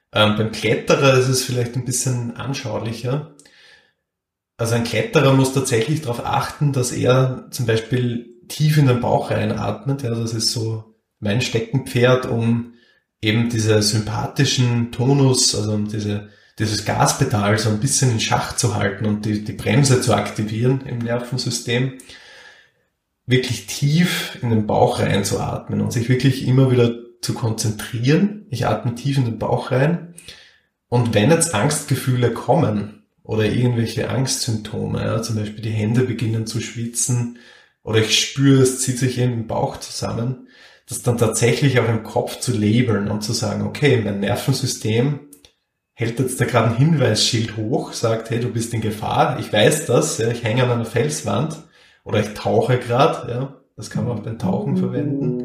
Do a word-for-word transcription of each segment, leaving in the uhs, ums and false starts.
Ähm, beim Kletterer ist es vielleicht ein bisschen anschaulicher. Also ein Kletterer muss tatsächlich darauf achten, dass er zum Beispiel tief in den Bauch reinatmet. Ja, das ist so mein Steckenpferd, um eben diese sympathischen Tonus, also um diese, dieses Gaspedal so ein bisschen in Schach zu halten und die, die Bremse zu aktivieren im Nervensystem. Wirklich tief in den Bauch reinzuatmen und sich wirklich immer wieder zu konzentrieren. Ich atme tief in den Bauch rein. Und wenn jetzt Angstgefühle kommen oder irgendwelche Angstsymptome, ja, zum Beispiel die Hände beginnen zu schwitzen oder ich spüre, es zieht sich im Bauch zusammen, das dann tatsächlich auch im Kopf zu labeln und zu sagen, okay, mein Nervensystem hält jetzt da gerade ein Hinweisschild hoch, sagt, hey, du bist in Gefahr, ich weiß das, ja, ich hänge an einer Felswand oder ich tauche gerade, ja, das kann man auch beim Tauchen verwenden.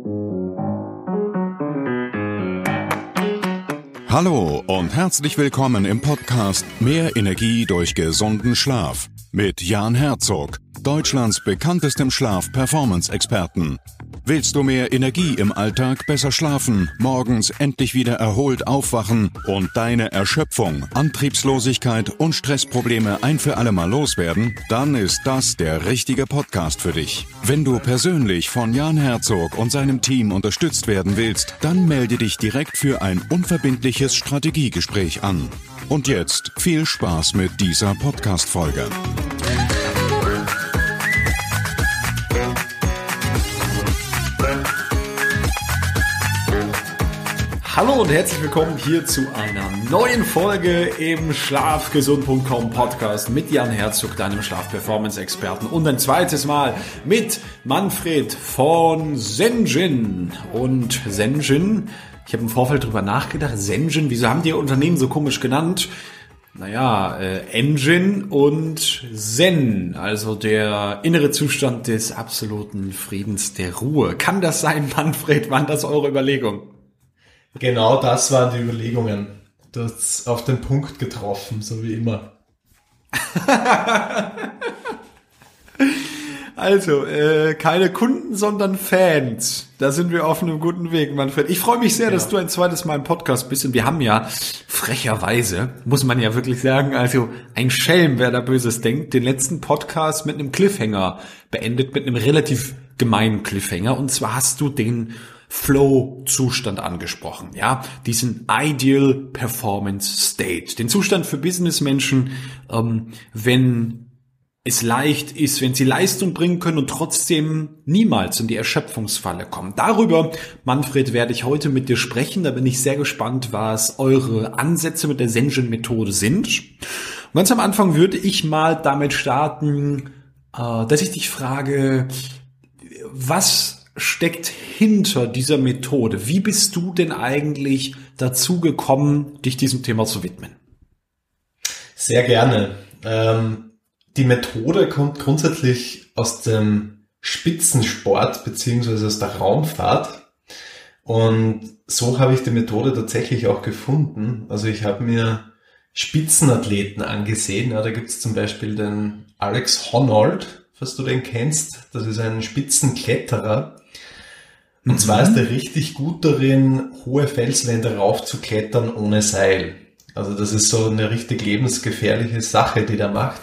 Hallo und herzlich willkommen im Podcast Mehr Energie durch gesunden Schlaf mit Jan Herzog, Deutschlands bekanntestem Schlaf-Performance-Experten. Willst du mehr Energie im Alltag, besser schlafen, morgens endlich wieder erholt aufwachen und deine Erschöpfung, Antriebslosigkeit und Stressprobleme ein für alle Mal loswerden? Dann ist das der richtige Podcast für dich. Wenn du persönlich von Jan Herzog und seinem Team unterstützt werden willst, dann melde dich direkt für ein unverbindliches Strategiegespräch an. Und jetzt viel Spaß mit dieser Podcast-Folge. Hallo und herzlich willkommen hier zu einer neuen Folge im Schlafgesund Punkt com Podcast mit Jan Herzog, deinem Schlaf-Performance-Experten, und ein zweites Mal mit Manfred von Senjin. Und Senjin, ich habe im Vorfeld drüber nachgedacht, Senjin, wieso haben die ihr Unternehmen so komisch genannt? Naja, äh, Engine und Zen, also der innere Zustand des absoluten Friedens, der Ruhe. Kann das sein, Manfred? Waren das eure Überlegungen? Genau das waren die Überlegungen. Du hast auf den Punkt getroffen, so wie immer. Also, äh, keine Kunden, sondern Fans. Da sind wir auf einem guten Weg, Manfred. Ich freue mich sehr, ja, dass du ein zweites Mal im Podcast bist. Und wir haben ja frecherweise, muss man ja wirklich sagen, also ein Schelm, wer da Böses denkt, den letzten Podcast mit einem Cliffhanger beendet, mit einem relativ gemeinen Cliffhanger. Und zwar hast du den Flow-Zustand angesprochen, ja, diesen Ideal Performance State, den Zustand für Businessmenschen, ähm, wenn es leicht ist, wenn sie Leistung bringen können und trotzdem niemals in die Erschöpfungsfalle kommen. Darüber, Manfred, werde ich heute mit dir sprechen. Da bin ich sehr gespannt, was eure Ansätze mit der Senjin-Methode sind. Und ganz am Anfang würde ich mal damit starten, äh, dass ich dich frage, was steckt hinter dieser Methode? Wie bist du denn eigentlich dazu gekommen, dich diesem Thema zu widmen? Sehr gerne. Ähm, die Methode kommt grundsätzlich aus dem Spitzensport beziehungsweise aus der Raumfahrt. Und so habe ich die Methode tatsächlich auch gefunden. Also ich habe mir Spitzenathleten angesehen. Ja, da gibt es zum Beispiel den Alex Honnold, falls du den kennst. Das ist ein Spitzenkletterer. Und mhm. zwar ist er richtig gut darin, hohe Felswände raufzuklettern ohne Seil. Also das ist so eine richtig lebensgefährliche Sache, die der macht.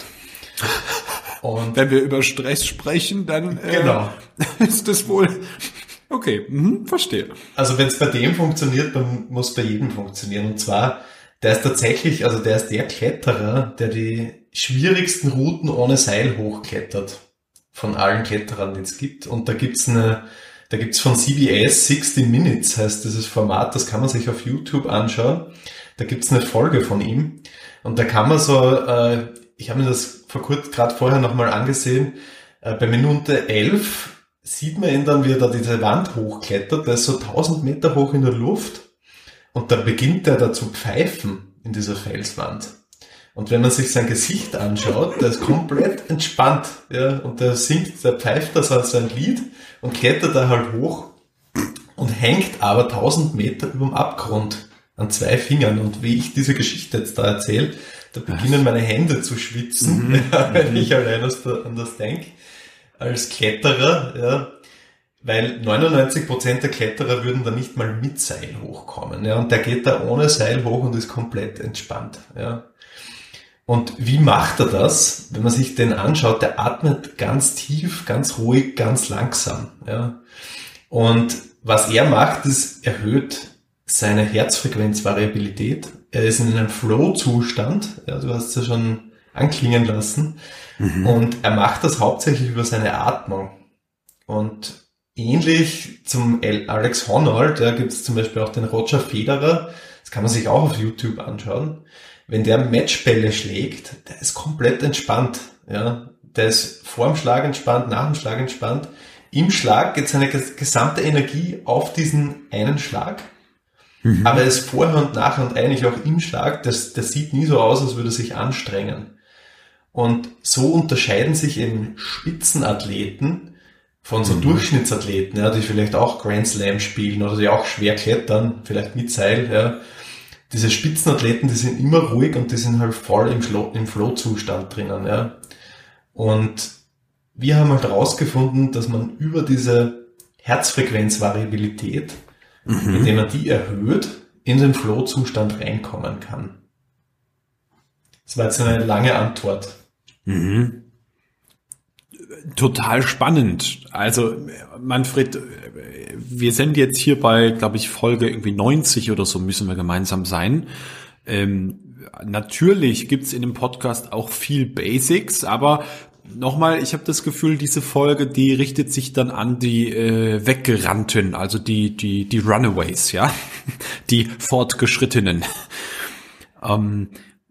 Und wenn wir über Stress sprechen, dann äh, genau. ist das wohl... Okay, mhm, verstehe. Also wenn es bei dem funktioniert, dann muss es bei jedem funktionieren. Und zwar, der ist tatsächlich, also der ist der Kletterer, der die schwierigsten Routen ohne Seil hochklettert. Von allen Kletterern, die es gibt. Und da gibt's eine... Da gibt's von C B S sixty Minutes, heißt dieses Format, das kann man sich auf YouTube anschauen. Da gibt's eine Folge von ihm und da kann man so, äh, ich habe mir das vor kurz gerade vorher nochmal angesehen, äh, bei Minute elf sieht man ihn dann, wie er da diese Wand hochklettert, der ist so tausend Meter hoch in der Luft und da beginnt er da zu pfeifen in dieser Felswand. Und wenn man sich sein Gesicht anschaut, der ist komplett entspannt, ja, und der singt, der pfeift da so sein Lied und klettert da halt hoch und hängt aber tausend Meter über dem Abgrund an zwei Fingern. Und wie ich diese Geschichte jetzt da erzähle, da beginnen meine Hände zu schwitzen, mhm. ja, wenn ich allein an das denke. Als Kletterer, ja, weil neunundneunzig Prozent der Kletterer würden da nicht mal mit Seil hochkommen. Ja, und der geht da ohne Seil hoch und ist komplett entspannt. Ja. Und wie macht er das? Wenn man sich den anschaut, der atmet ganz tief, ganz ruhig, ganz langsam. Ja. Und was er macht, ist, erhöht seine Herzfrequenzvariabilität. Er ist in einem Flow-Zustand, ja, du hast es ja schon anklingen lassen, mhm. und er macht das hauptsächlich über seine Atmung. Und ähnlich zum Alex Honnold, da gibt es zum Beispiel auch den Roger Federer, das kann man sich auch auf YouTube anschauen. Wenn der Matchbälle schlägt, der ist komplett entspannt. Ja, der ist vor dem Schlag entspannt, nach dem Schlag entspannt. Im Schlag geht seine gesamte Energie auf diesen einen Schlag. Mhm. Aber er ist vorher und nachher und eigentlich auch im Schlag, das, das sieht nie so aus, als würde er sich anstrengen. Und so unterscheiden sich eben Spitzenathleten von so mhm. Durchschnittsathleten, ja, die vielleicht auch Grand Slam spielen oder die auch schwer klettern, vielleicht mit Seil. Ja. Diese Spitzenathleten, die sind immer ruhig und die sind halt voll im, Flow, im Flow-Zustand drinnen. Ja. Und wir haben halt herausgefunden, dass man über diese Herzfrequenzvariabilität, mhm. indem man die erhöht, in den Flow-Zustand reinkommen kann. Das war jetzt eine lange Antwort. Mhm. Total spannend. Also Manfred, wir sind jetzt hier bei, glaube ich, Folge irgendwie neunzig oder so müssen wir gemeinsam sein. Ähm, natürlich gibt's in dem Podcast auch viel Basics, aber nochmal, ich habe das Gefühl, diese Folge, die richtet sich dann an die äh, Weggerannten, also die die die Runaways, ja, die Fortgeschrittenen. Ähm,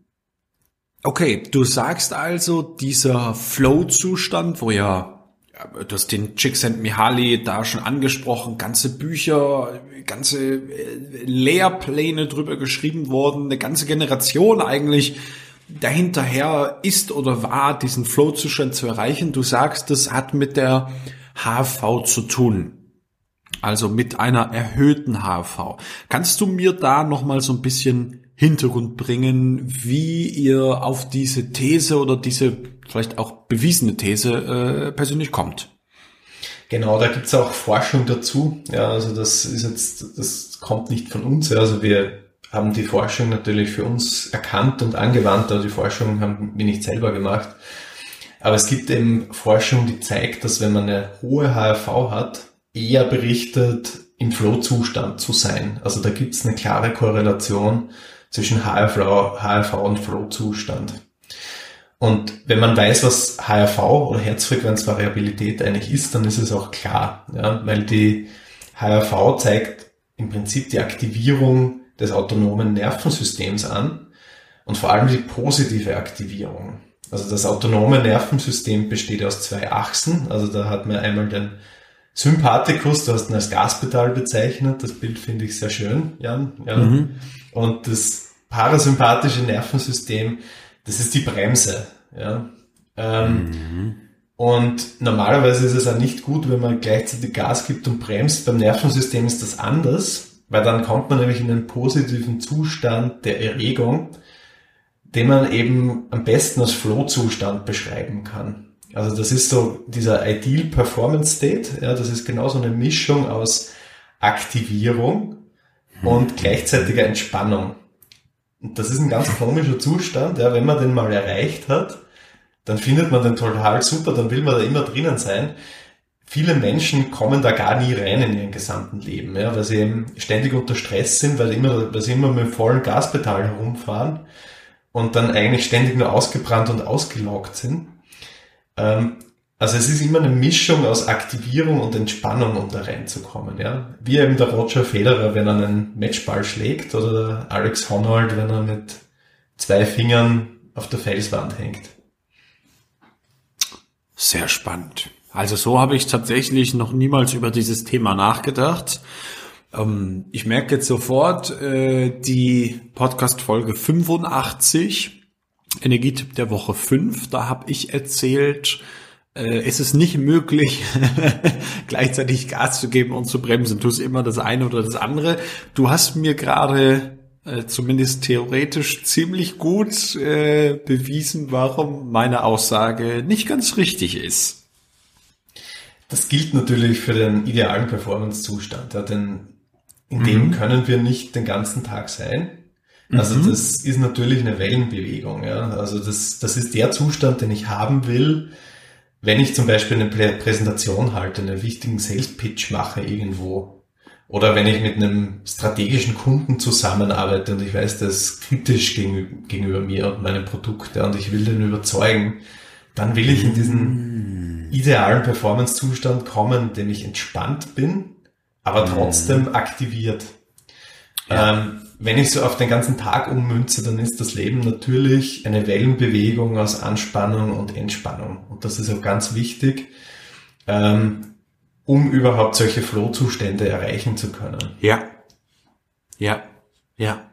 okay, du sagst also, dieser Flow-Zustand, wo ja, du hast den Csikszentmihalyi da schon angesprochen, ganze Bücher, ganze äh, Lehrpläne drüber geschrieben worden, eine ganze Generation eigentlich dahinterher ist oder war, diesen Flow-Zustand zu erreichen. Du sagst, das hat mit der H V zu tun. Also mit einer erhöhten H V. Kannst du mir da nochmal so ein bisschen Hintergrund bringen, wie ihr auf diese These oder diese vielleicht auch bewiesene These äh, persönlich kommt? Genau, da gibt's auch Forschung dazu. Ja, also das ist jetzt, das kommt nicht von uns. Also wir haben die Forschung natürlich für uns erkannt und angewandt, aber die Forschung haben wir nicht selber gemacht. Aber es gibt eben Forschung, die zeigt, dass wenn man eine hohe H R V hat, eher berichtet, im Flow-Zustand zu sein. Also da gibt es eine klare Korrelation zwischen H R V, H R V und Flow-Zustand. Und wenn man weiß, was H R V oder Herzfrequenzvariabilität eigentlich ist, dann ist es auch klar, ja, weil die H R V zeigt im Prinzip die Aktivierung des autonomen Nervensystems an und vor allem die positive Aktivierung. Also das autonome Nervensystem besteht aus zwei Achsen. Also da hat man einmal den Sympathikus, du hast ihn als Gaspedal bezeichnet. Das Bild finde ich sehr schön, Jan. Ja. Mhm. Und das parasympathische Nervensystem, das ist die Bremse. Ja. Ähm, mhm. Und normalerweise ist es auch nicht gut, wenn man gleichzeitig Gas gibt und bremst. Beim Nervensystem ist das anders. Weil dann kommt man nämlich in einen positiven Zustand der Erregung, den man eben am besten als Flow-Zustand beschreiben kann. Also das ist so dieser Ideal Performance State, ja, das ist genau so eine Mischung aus Aktivierung und gleichzeitiger Entspannung. Und das ist ein ganz komischer Zustand, ja, wenn man den mal erreicht hat, dann findet man den total super, dann will man da immer drinnen sein. Viele Menschen kommen da gar nie rein in ihrem gesamten Leben, ja, weil sie eben ständig unter Stress sind, weil, immer, weil sie immer mit dem vollen Gaspedal herumfahren und dann eigentlich ständig nur ausgebrannt und ausgelaugt sind. Ähm, also es ist immer eine Mischung aus Aktivierung und Entspannung, um da reinzukommen. Ja. Wie eben der Roger Federer, wenn er einen Matchball schlägt, oder der Alex Honnold, wenn er mit zwei Fingern auf der Felswand hängt. Sehr spannend. Also so habe ich tatsächlich noch niemals über dieses Thema nachgedacht. Ähm, ich merke jetzt sofort, äh, die Podcast-Folge fünfundachtzig, Energietipp der Woche fünf, da habe ich erzählt, äh, es ist nicht möglich, gleichzeitig Gas zu geben und zu bremsen. Du tust immer das eine oder das andere. Du hast mir gerade äh, zumindest theoretisch ziemlich gut äh, bewiesen, warum meine Aussage nicht ganz richtig ist. Das gilt natürlich für den idealen Performance-Zustand, ja, denn in dem mhm. können wir nicht den ganzen Tag sein. Also mhm. das ist natürlich eine Wellenbewegung. Ja. Also das, das ist der Zustand, den ich haben will, wenn ich zum Beispiel eine Prä- Präsentation halte, einen wichtigen Sales-Pitch mache irgendwo. Oder wenn ich mit einem strategischen Kunden zusammenarbeite und ich weiß, der ist kritisch gegen, gegenüber mir und meinen Produkten und ich will den überzeugen, dann will ich in diesen idealen Performance-Zustand kommen, in dem ich entspannt bin, aber trotzdem aktiviert. Ja. Ähm, wenn ich so auf den ganzen Tag ummünze, dann ist das Leben natürlich eine Wellenbewegung aus Anspannung und Entspannung. Und das ist auch ganz wichtig, ähm, um überhaupt solche Flow-Zustände erreichen zu können. Ja, ja, ja.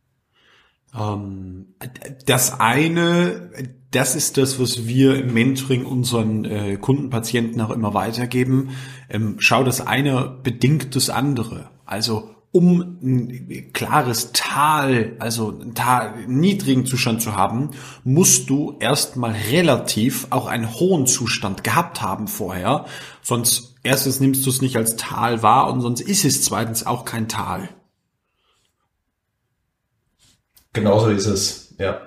Ähm, das eine, das ist das, was wir im Mentoring unseren äh, Kunden, Patienten auch immer weitergeben. Ähm, schau, das eine bedingt das andere. Also um ein klares Tal, also einen Tal, einen niedrigen Zustand zu haben, musst du erstmal relativ auch einen hohen Zustand gehabt haben vorher. Sonst erstens nimmst du es nicht als Tal wahr und sonst ist es zweitens auch kein Tal. Genauso ist es, ja.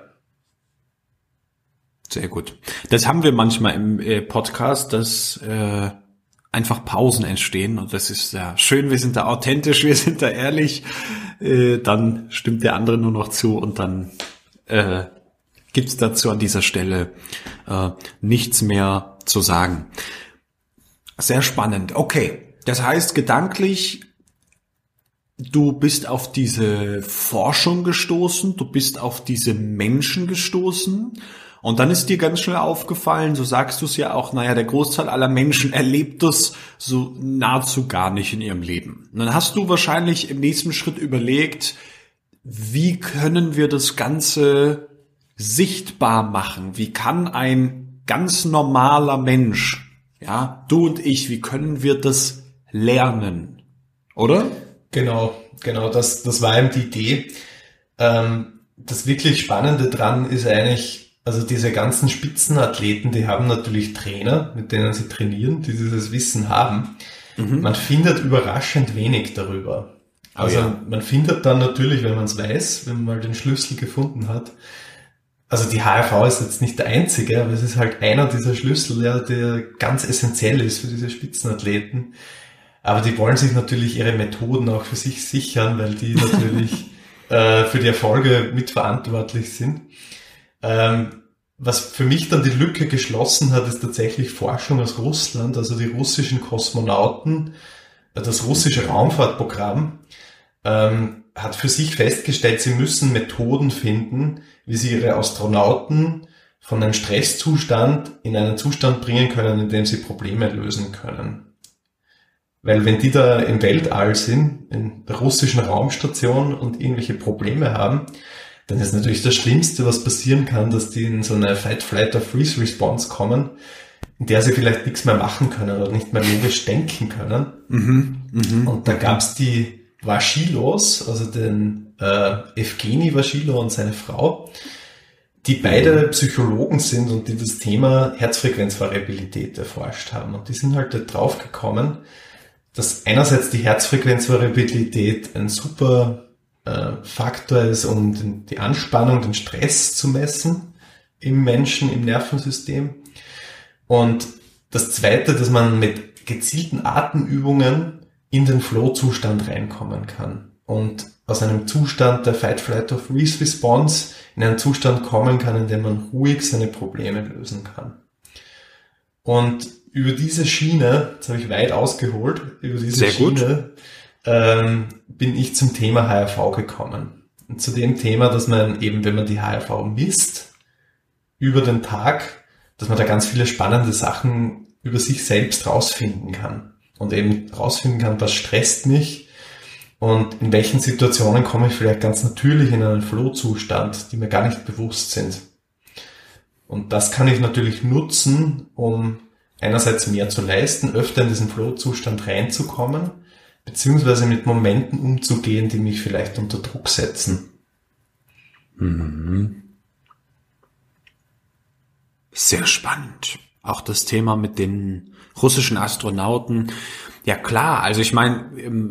Sehr gut. Das haben wir manchmal im äh, Podcast, dass äh, einfach Pausen entstehen und das ist ja schön, wir sind da authentisch, wir sind da ehrlich, äh, dann stimmt der andere nur noch zu und dann äh, gibt's dazu an dieser Stelle äh, nichts mehr zu sagen. Sehr spannend. Okay, das heißt gedanklich, du bist auf diese Forschung gestoßen, du bist auf diese Menschen gestoßen und dann ist dir ganz schnell aufgefallen, so sagst du es ja auch, naja, der Großteil aller Menschen erlebt das so nahezu gar nicht in ihrem Leben. Und dann hast du wahrscheinlich im nächsten Schritt überlegt, wie können wir das Ganze sichtbar machen? Wie kann ein ganz normaler Mensch, ja, du und ich, wie können wir das lernen? Oder? Genau, genau, das, das war eben die Idee. Ähm, das wirklich Spannende dran ist eigentlich, also diese ganzen Spitzenathleten, die haben natürlich Trainer, mit denen sie trainieren, die dieses Wissen haben. Mhm. Man findet überraschend wenig darüber. Also oh ja. Man findet dann natürlich, wenn man es weiß, wenn man mal den Schlüssel gefunden hat. Also die H R V ist jetzt nicht der einzige, aber es ist halt einer dieser Schlüssel, ja, der ganz essentiell ist für diese Spitzenathleten. Aber die wollen sich natürlich ihre Methoden auch für sich sichern, weil die natürlich äh, für die Erfolge mitverantwortlich sind. Ähm, was für mich dann die Lücke geschlossen hat, ist tatsächlich Forschung aus Russland, also die russischen Kosmonauten, das russische Raumfahrtprogramm ähm, hat für sich festgestellt, sie müssen Methoden finden, wie sie ihre Astronauten von einem Stresszustand in einen Zustand bringen können, in dem sie Probleme lösen können. Weil wenn die da im Weltall sind, in der russischen Raumstation und irgendwelche Probleme haben, dann ist natürlich das Schlimmste, was passieren kann, dass die in so eine Fight, Flight or Freeze Response kommen, in der sie vielleicht nichts mehr machen können oder nicht mehr logisch denken können. Mhm, mh, und da gab's die Vaschilos, also den äh, Evgeny Vaschilo und seine Frau, die beide Psychologen sind und die das Thema Herzfrequenzvariabilität erforscht haben. Und die sind halt da drauf gekommen, dass einerseits die Herzfrequenzvariabilität ein super äh, Faktor ist, um den, die Anspannung, den Stress zu messen im Menschen, im Nervensystem. Und das Zweite, dass man mit gezielten Atemübungen in den Flow-Zustand reinkommen kann und aus einem Zustand der Fight, Flight or Freeze Response in einen Zustand kommen kann, in dem man ruhig seine Probleme lösen kann. Und über diese Schiene, jetzt habe ich weit ausgeholt, über diese Sehr Schiene ähm, bin ich zum Thema H R V gekommen. Und zu dem Thema, dass man eben, wenn man die H R V misst, über den Tag, dass man da ganz viele spannende Sachen über sich selbst rausfinden kann. Und eben rausfinden kann, was stresst mich und in welchen Situationen komme ich vielleicht ganz natürlich in einen Flow-Zustand, die mir gar nicht bewusst sind. Und das kann ich natürlich nutzen, um einerseits mehr zu leisten, öfter in diesen Flow-Zustand reinzukommen, beziehungsweise mit Momenten umzugehen, die mich vielleicht unter Druck setzen. Mhm. Sehr spannend. auch das Thema mit den russischen Astronauten. Ja klar, also ich meine,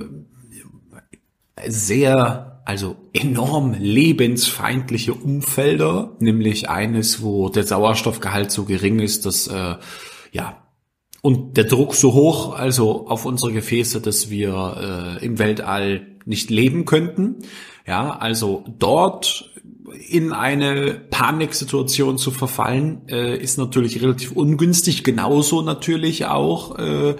sehr, also enorm lebensfeindliche Umfelder, nämlich eines, wo der Sauerstoffgehalt so gering ist, dass, äh, ja, und der Druck so hoch, also auf unsere Gefäße, dass wir äh, im Weltall nicht leben könnten. Ja, also dort in eine Paniksituation zu verfallen, äh, ist natürlich relativ ungünstig. Genauso natürlich auch äh,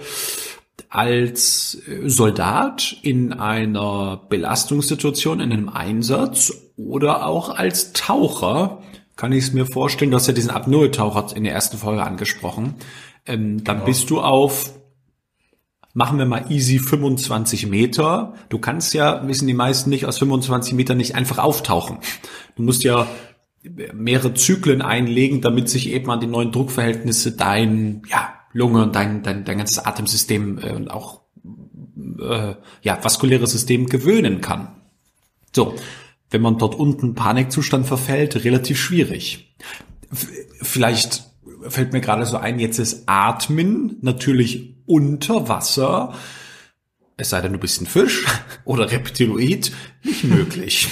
als Soldat in einer Belastungssituation, in einem Einsatz oder auch als Taucher. Kann ich es mir vorstellen, du hast ja diesen Apnoe-Taucher in der ersten Folge angesprochen. Ähm, dann genau. Bist du auf, machen wir mal easy fünfundzwanzig Meter. Du kannst ja, wissen die meisten nicht, aus fünfundzwanzig Metern nicht einfach auftauchen. Du musst ja mehrere Zyklen einlegen, damit sich eben an die neuen Druckverhältnisse dein, ja, Lunge und dein, dein, dein ganzes Atemsystem äh, und auch, äh, ja, vaskuläres System gewöhnen kann. So. Wenn man dort unten Panikzustand verfällt, relativ schwierig. F- vielleicht fällt mir gerade so ein, jetzt ist Atmen natürlich unter Wasser, es sei denn, du bist ein Fisch oder Reptiloid, nicht möglich.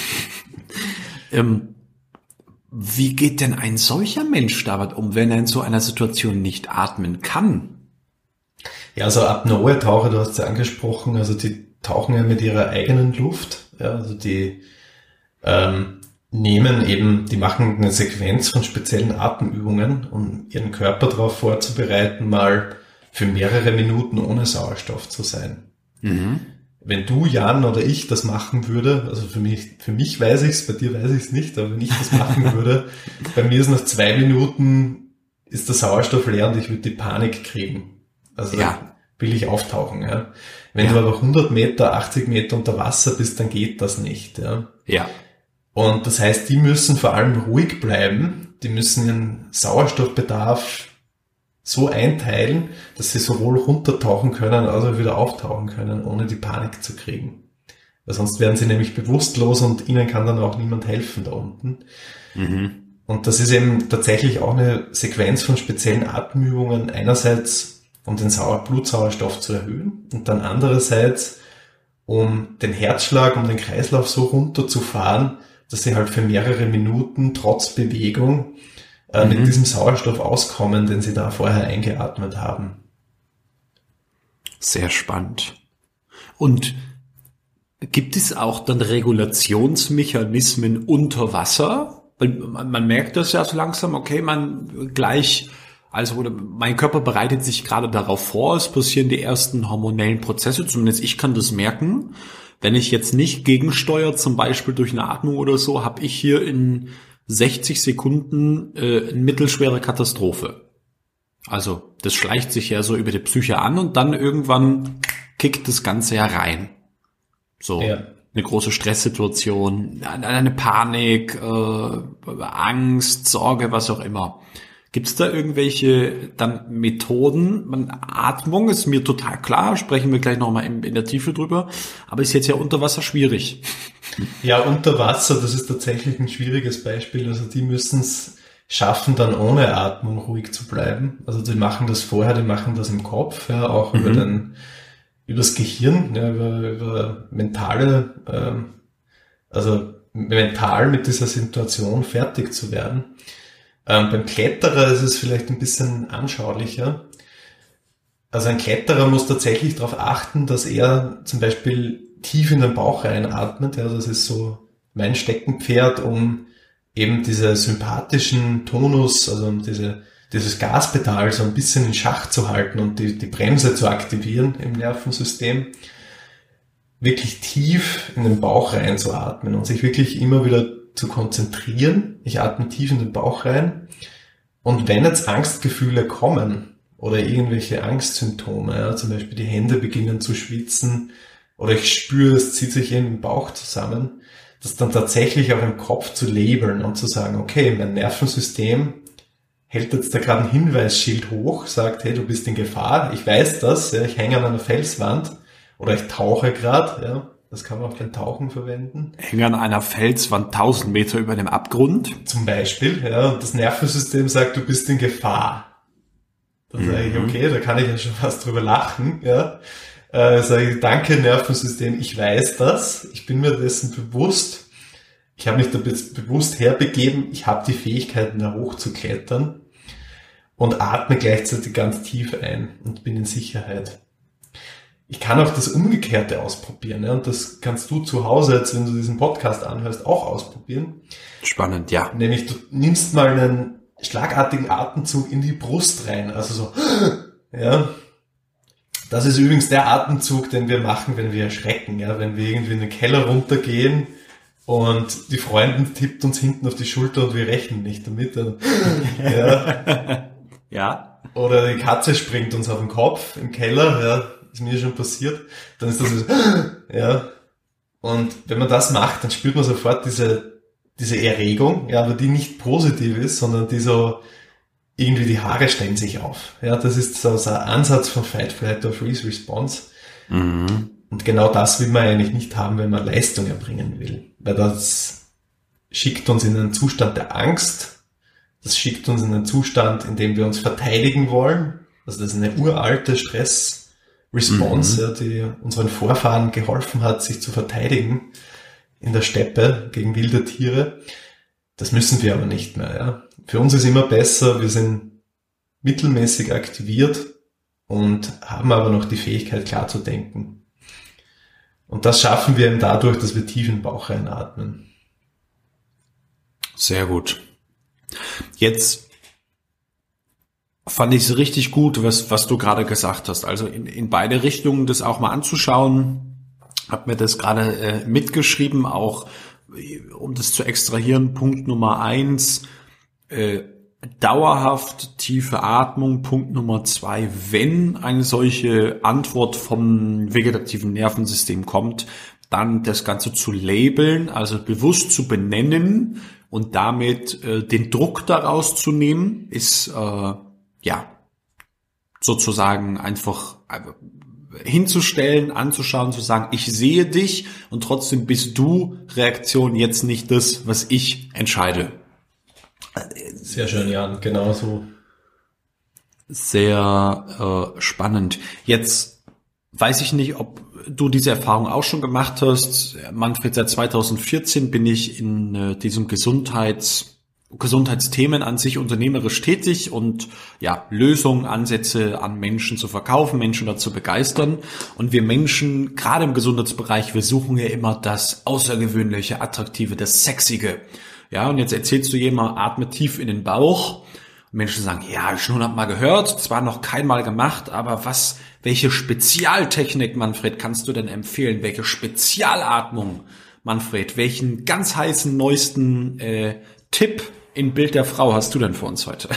ähm, wie geht denn ein solcher Mensch damit um, wenn er in so einer Situation nicht atmen kann? Ja, also Apnoe-Taucher, du hast es ja angesprochen, also die tauchen ja mit ihrer eigenen Luft, ja, also die ähm, nehmen eben, die machen eine Sequenz von speziellen Atemübungen, um ihren Körper darauf vorzubereiten, mal für mehrere Minuten ohne Sauerstoff zu sein. Mhm. Wenn du, Jan, oder ich das machen würde, also für mich, für mich weiß ich's, bei dir weiß ich's nicht, aber wenn ich das machen würde, bei mir ist nach zwei Minuten ist der Sauerstoff leer und ich würde die Panik kriegen. Also ja. Will ich auftauchen, ja. Wenn ja. du aber hundert Meter, achtzig Meter unter Wasser bist, dann geht das nicht, ja. Ja. Und das heißt, die müssen vor allem ruhig bleiben, die müssen ihren Sauerstoffbedarf so einteilen, dass sie sowohl runtertauchen können, als auch wieder auftauchen können, ohne die Panik zu kriegen. Weil sonst werden sie nämlich bewusstlos und ihnen kann dann auch niemand helfen da unten. Mhm. Und das ist eben tatsächlich auch eine Sequenz von speziellen Atemübungen, einerseits um den Sauer- Blutsauerstoff zu erhöhen und dann andererseits um den Herzschlag, um den Kreislauf so runterzufahren, dass sie halt für mehrere Minuten trotz Bewegung äh, mhm. mit diesem Sauerstoff auskommen, den sie da vorher eingeatmet haben. Sehr spannend. Und gibt es auch dann Regulationsmechanismen unter Wasser? Weil man, man merkt das ja so langsam, okay, man gleich, also oder mein Körper bereitet sich gerade darauf vor, es passieren die ersten hormonellen Prozesse, zumindest ich kann das merken. Wenn ich jetzt nicht gegensteuere, zum Beispiel durch eine Atmung oder so, habe ich hier in sechzig Sekunden äh, eine mittelschwere Katastrophe. Also das schleicht sich ja so über die Psyche an und dann irgendwann kickt das Ganze ja rein. So ja. Eine große Stresssituation, eine Panik, äh, Angst, Sorge, was auch immer. Gibt es da irgendwelche dann Methoden? Man, Atmung ist mir total klar, sprechen wir gleich nochmal in, in der Tiefe drüber, aber ist jetzt ja unter Wasser schwierig. Ja, unter Wasser, das ist tatsächlich ein schwieriges Beispiel. Also die müssen es schaffen, dann ohne Atmung ruhig zu bleiben. Also die machen das vorher, die machen das im Kopf, ja, auch mhm. über den, übers Gehirn, ja, über, über mentale, ähm, also mental mit dieser Situation fertig zu werden. Ähm, beim Kletterer ist es vielleicht ein bisschen anschaulicher. Also ein Kletterer muss tatsächlich darauf achten, dass er zum Beispiel tief in den Bauch reinatmet. Ja, das ist so mein Steckenpferd, um eben diese sympathischen Tonus, also um diese, dieses Gaspedal so ein bisschen in Schach zu halten und die, die Bremse zu aktivieren im Nervensystem. Wirklich tief in den Bauch reinzuatmen und sich wirklich immer wieder zu konzentrieren. Ich atme tief in den Bauch rein. Und wenn jetzt Angstgefühle kommen oder irgendwelche Angstsymptome, ja, zum Beispiel die Hände beginnen zu schwitzen oder ich spüre, es zieht sich in den Bauch zusammen, das dann tatsächlich auch im Kopf zu labeln und zu sagen, okay, mein Nervensystem hält jetzt da gerade ein Hinweisschild hoch, sagt, hey, du bist in Gefahr, ich weiß das, ja, ich hänge an einer Felswand oder ich tauche gerade, ja. Das kann man auch beim Tauchen verwenden. Hänge an einer Felswand tausend Meter über dem Abgrund. Zum Beispiel, ja. Und das Nervensystem sagt, du bist in Gefahr. Dann sage ich, okay, da kann ich ja schon fast drüber lachen, ja. Äh, sage ich, danke Nervensystem, ich weiß das, ich bin mir dessen bewusst, ich habe mich da bewusst herbegeben, ich habe die Fähigkeiten, da hochzuklettern und atme gleichzeitig ganz tief ein und bin in Sicherheit. Ich kann auch das Umgekehrte ausprobieren, ja, und das kannst du zu Hause, jetzt, wenn du diesen Podcast anhörst, auch ausprobieren. Spannend, ja. Nämlich, du nimmst mal einen schlagartigen Atemzug in die Brust rein, also so, ja. Das ist übrigens der Atemzug, den wir machen, wenn wir erschrecken, ja, wenn wir irgendwie in den Keller runtergehen und die Freundin tippt uns hinten auf die Schulter und wir rechnen nicht damit, dann, ja. Ja. Oder die Katze springt uns auf den Kopf im Keller, ja, ist mir schon passiert, dann ist das so, ja. Und wenn man das macht, dann spürt man sofort diese, diese Erregung, ja, aber die nicht positiv ist, sondern die so, irgendwie die Haare stellen sich auf. Ja, das ist so, so ein Ansatz von Fight, Flight or Freeze Response. Mhm. Und genau das will man eigentlich nicht haben, wenn man Leistung erbringen will. Weil das schickt uns in einen Zustand der Angst. Das schickt uns in einen Zustand, in dem wir uns verteidigen wollen. Also das ist eine uralte Stress-Response, mhm. ja, die unseren Vorfahren geholfen hat, sich zu verteidigen in der Steppe gegen wilde Tiere. Das müssen wir aber nicht mehr, ja. Für uns ist immer besser, wir sind mittelmäßig aktiviert und haben aber noch die Fähigkeit, klar zu denken. Und das schaffen wir eben dadurch, dass wir tief in den Bauch reinatmen. Sehr gut. Jetzt fand ich es richtig gut, was, was du gerade gesagt hast. Also in, in beide Richtungen das auch mal anzuschauen. Hab mir das gerade äh, mitgeschrieben, auch um das zu extrahieren. Punkt Nummer eins, äh, dauerhaft tiefe Atmung. Punkt Nummer zwei, wenn eine solche Antwort vom vegetativen Nervensystem kommt, dann das Ganze zu labeln, also bewusst zu benennen und damit äh, den Druck daraus zu nehmen, ist äh, ja sozusagen einfach äh, hinzustellen, anzuschauen, zu sagen, ich sehe dich und trotzdem bist du Reaktion jetzt nicht das, was ich entscheide. Sehr schön, Jan, genau so. Sehr äh, spannend. Jetzt weiß ich nicht, ob du diese Erfahrung auch schon gemacht hast. Manfred, seit zweitausendvierzehn bin ich in äh, diesem Gesundheits Gesundheitsthemen an sich unternehmerisch tätig und ja, Lösungen, Ansätze an Menschen zu verkaufen, Menschen dazu begeistern. Und wir Menschen, gerade im Gesundheitsbereich, wir suchen ja immer das Außergewöhnliche, Attraktive, das Sexige. Ja, und jetzt erzählst du jemand, atme tief in den Bauch. Und Menschen sagen, ja, hab ich schon hundertmal gehört, zwar noch keinmal gemacht, aber was, welche Spezialtechnik, Manfred, kannst du denn empfehlen? Welche Spezialatmung, Manfred? Welchen ganz heißen, neuesten äh, Tipp in Bild der Frau hast du denn für uns heute?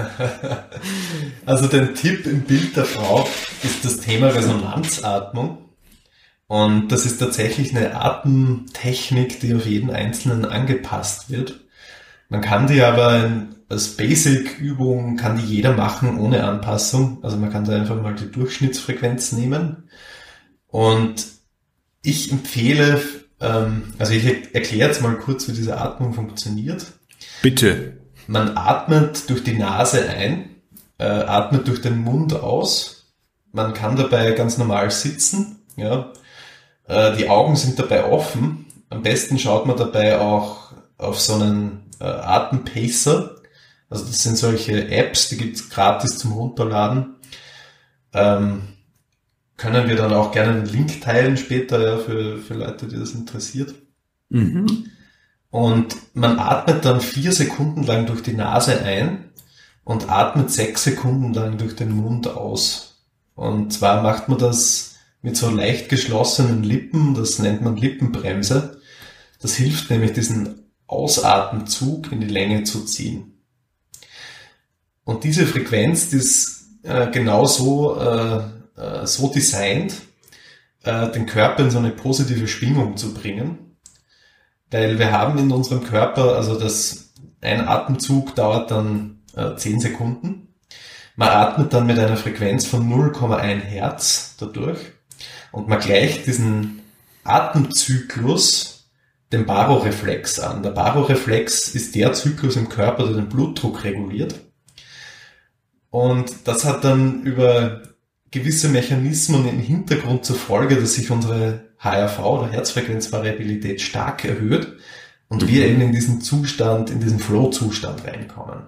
Also der Tipp im Bild der Frau ist das Thema Resonanzatmung. Und das ist tatsächlich eine Atemtechnik, die auf jeden Einzelnen angepasst wird. Man kann die aber als Basic-Übung, kann die jeder machen ohne Anpassung. Also man kann da einfach mal die Durchschnittsfrequenz nehmen. Und ich empfehle, also ich erkläre jetzt mal kurz, wie diese Atmung funktioniert. Bitte. Man atmet durch die Nase ein, äh, atmet durch den Mund aus. Man kann dabei ganz normal sitzen. Ja. Äh, die Augen sind dabei offen. Am besten schaut man dabei auch auf so einen äh, Atempacer. Also das sind solche Apps, die gibt's gratis zum Runterladen. Ähm, können wir dann auch gerne einen Link teilen später, ja, für, für Leute, die das interessiert. Mhm. Und man atmet dann vier Sekunden lang durch die Nase ein und atmet sechs Sekunden lang durch den Mund aus. Und zwar macht man das mit so leicht geschlossenen Lippen, das nennt man Lippenbremse. Das hilft nämlich, diesen Ausatemzug in die Länge zu ziehen. Und diese Frequenz, die ist äh, genau so, äh, äh, so designt, äh, den Körper in so eine positive Schwingung zu bringen. Weil wir haben in unserem Körper, also das, ein Atemzug dauert dann äh, zehn Sekunden. Man atmet dann mit einer Frequenz von null Komma eins Hertz dadurch und man gleicht diesen Atemzyklus dem Baroreflex an. Der Baroreflex ist der Zyklus im Körper, der den Blutdruck reguliert. Und das hat dann über gewisse Mechanismen im Hintergrund zur Folge, dass sich unsere H R V oder Herzfrequenzvariabilität stark erhöht und mhm. wir eben in diesen Zustand, in diesen Flow-Zustand reinkommen.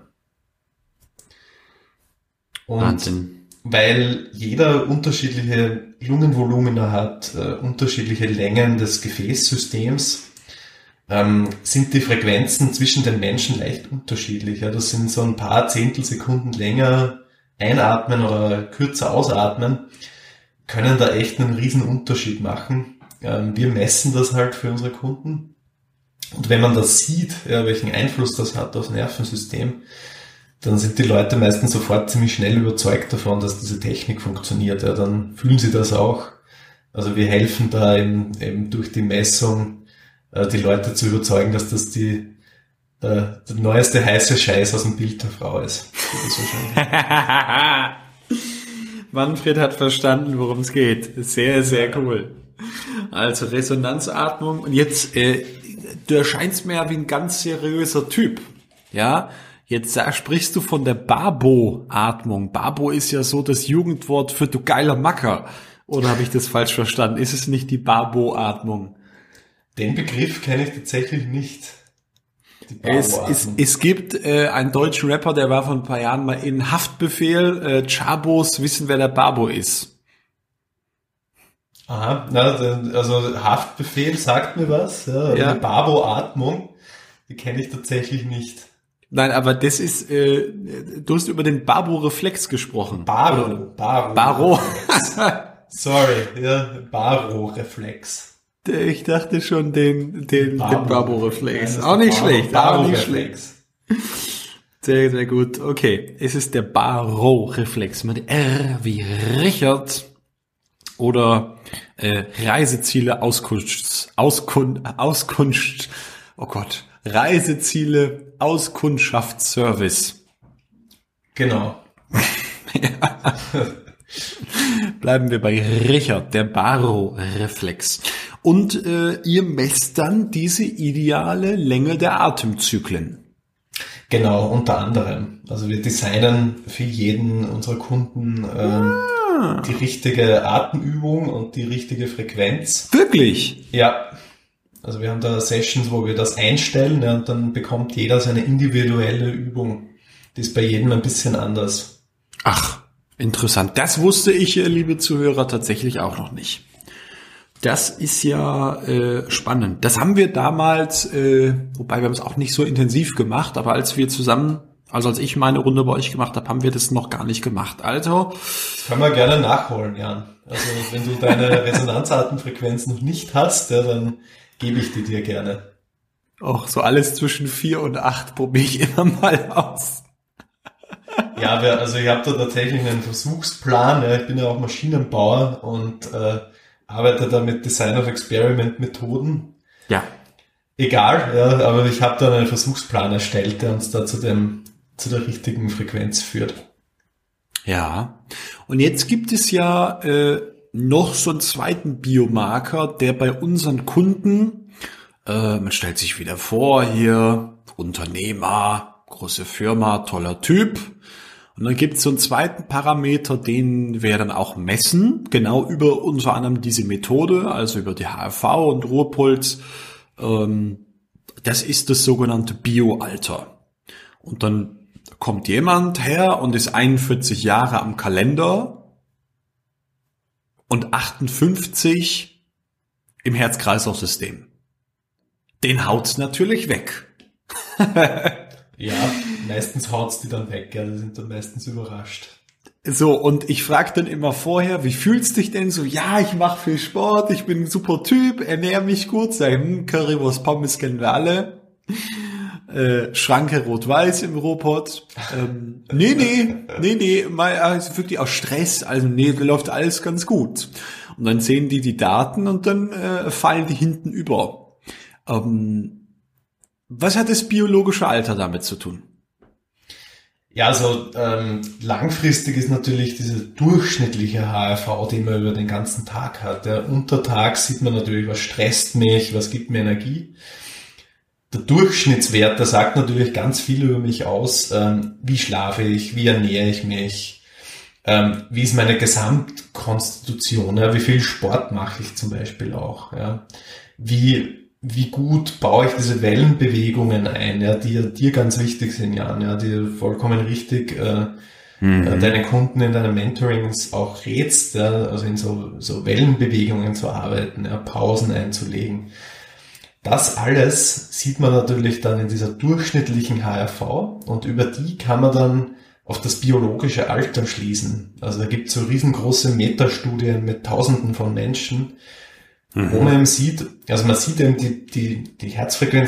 Und Wahnsinn. Weil jeder unterschiedliche Lungenvolumina hat, äh, unterschiedliche Längen des Gefäßsystems, ähm, sind die Frequenzen zwischen den Menschen leicht unterschiedlich. Ja, das sind so ein paar Zehntelsekunden länger einatmen oder kürzer ausatmen, können da echt einen riesen Unterschied machen. Ähm, wir messen das halt für unsere Kunden. Und wenn man das sieht, ja, welchen Einfluss das hat aufs Nervensystem, dann sind die Leute meistens sofort ziemlich schnell überzeugt davon, dass diese Technik funktioniert. Ja, dann fühlen sie das auch. Also wir helfen da eben, eben durch die Messung, äh, die Leute zu überzeugen, dass das die äh, der neueste heiße Scheiß aus dem Bild der Frau ist. Manfred hat verstanden, worum es geht. Sehr, sehr cool. Also Resonanzatmung. Und jetzt, äh, du erscheinst mir ja wie ein ganz seriöser Typ. Ja, jetzt äh, sprichst du von der Babo-Atmung. Babo ist ja so das Jugendwort für du geiler Macker. Oder habe ich das falsch verstanden? Ist es nicht die Babo-Atmung? Den Begriff kenne ich tatsächlich nicht. Es, es, es gibt äh, einen deutschen Rapper, der war vor ein paar Jahren mal in Haftbefehl. Äh, Chabos wissen, wer der Babo ist. Aha, na, also Haftbefehl sagt mir was. Ja, ja. Die Babo-Atmung, die kenne ich tatsächlich nicht. Nein, aber das ist, äh, du hast über den Babo-Reflex gesprochen. Baro. Baro. Baro. Sorry, ja, Baro-Reflex. Ich dachte schon den, den, Baro. den Babo-Reflex. Ja, auch nicht Baro, schlecht. Baro auch nicht Reflex. schlecht. Sehr, sehr gut. Okay. Es ist der Baro-Reflex mit R wie Richard oder äh, Reiseziele Auskunft, Auskunft, Auskunft, oh Gott, Reiseziele Auskundschaftsservice. Genau. Ja. Bleiben wir bei Richard, der Baro-Reflex. Und äh, ihr messt dann diese ideale Länge der Atemzyklen. Genau, unter anderem. Also wir designen für jeden unserer Kunden ähm, ah. die richtige Atemübung und die richtige Frequenz. Wirklich? Ja. Also wir haben da Sessions, wo wir das einstellen, ja, und dann bekommt jeder seine individuelle Übung. Die ist bei jedem ein bisschen anders. Ach, interessant. Das wusste ich, liebe Zuhörer, tatsächlich auch noch nicht. Das ist ja äh, spannend. Das haben wir damals, äh, wobei wir haben es auch nicht so intensiv gemacht, aber als wir zusammen, also als ich meine Runde bei euch gemacht habe, haben wir das noch gar nicht gemacht. Also kann man gerne nachholen, Jan. Also wenn du deine Resonanzatemfrequenz noch nicht hast, ja, dann gebe ich die dir gerne. Auch so alles zwischen vier und acht probiere ich immer mal aus. Ja, wir, also ich habe da tatsächlich einen Versuchsplan. Ja, ich bin ja auch Maschinenbauer und äh, arbeite da mit Design of Experiment Methoden. Ja. Egal, ja, aber ich habe da einen Versuchsplan erstellt, der uns da zu dem zu der richtigen Frequenz führt. Ja. Und jetzt gibt es ja äh, noch so einen zweiten Biomarker, der bei unseren Kunden, äh, man stellt sich wieder vor, hier Unternehmer, große Firma, toller Typ. Und dann gibt es so einen zweiten Parameter, den wir dann auch messen, genau über unter anderem diese Methode, also über die H R V und Ruhepuls. Ähm, das ist das sogenannte Bioalter. Und dann kommt jemand her und ist einundvierzig Jahre am Kalender und achtundfünfzig im Herz-Kreislauf-System. Den haut's natürlich weg. Ja, meistens haut's die dann weg, ja, die sind dann meistens überrascht. So, und ich frage dann immer vorher, wie fühlst du dich denn so? Ja, ich mache viel Sport, ich bin ein super Typ, ernähre mich gut, sag, hm, Currywurst, Pommes kennen wir alle. Äh, Schranke rot-weiß im Robot. Ähm, nee, nee, nee, nee, mal, also wirklich aus Stress, also nee, läuft alles ganz gut. Und dann sehen die die Daten und dann äh, fallen die hinten über. Ähm, was hat das biologische Alter damit zu tun? Ja, also ähm, langfristig ist natürlich diese durchschnittliche H R V, die man über den ganzen Tag hat. Ja, untertags sieht man natürlich, was stresst mich, was gibt mir Energie. der Durchschnittswert, der sagt natürlich ganz viel über mich aus. Ähm, wie schlafe ich? Wie ernähre ich mich? Ähm, wie ist meine Gesamtkonstitution? Ja? Wie viel Sport mache ich zum Beispiel auch? Ja? Wie, wie gut baue ich diese Wellenbewegungen ein, ja? Die ja dir ganz wichtig sind, Jan, ja? Die vollkommen richtig äh, mhm. deinen Kunden in deinen Mentorings auch rätst, ja? Also in so, so Wellenbewegungen zu arbeiten, ja? Pausen einzulegen. Das alles sieht man natürlich dann in dieser durchschnittlichen H R V und über die kann man dann auf das biologische Alter schließen. Also da gibt es so riesengroße Metastudien mit Tausenden von Menschen, mhm. wo man eben sieht, also man sieht eben die, die, die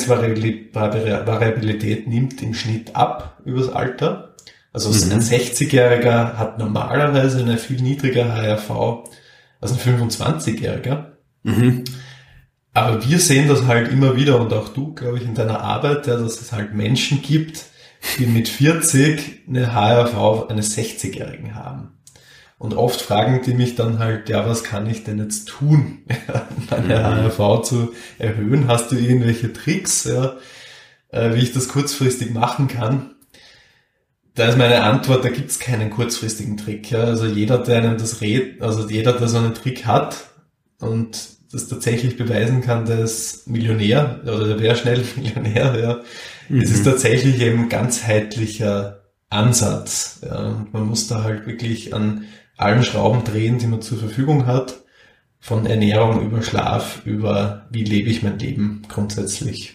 Herzfrequenzvariabilität nimmt im Schnitt ab übers Alter. Also mhm. ein sechzigjähriger hat normalerweise eine viel niedrigere H R V als ein fünfundzwanzigjähriger. Mhm. Aber wir sehen das halt immer wieder und auch du, glaube ich, in deiner Arbeit, ja, dass es halt Menschen gibt, die mit vierzig eine H R V eines sechzigjährigen haben. Und oft fragen die mich dann halt, ja, was kann ich denn jetzt tun, meine mhm. H R V zu erhöhen? Hast du irgendwelche Tricks, ja, wie ich das kurzfristig machen kann? Da ist meine Antwort, da gibt's keinen kurzfristigen Trick. Ja. Also jeder, der einem das rät, also jeder, der so einen Trick hat und das tatsächlich beweisen kann, der ist Millionär oder der wäre schnell Millionär. Ja. Mhm. Es ist tatsächlich eben ein ganzheitlicher Ansatz. Ja. Und man muss da halt wirklich an allen Schrauben drehen, die man zur Verfügung hat, von Ernährung über Schlaf, über wie lebe ich mein Leben grundsätzlich.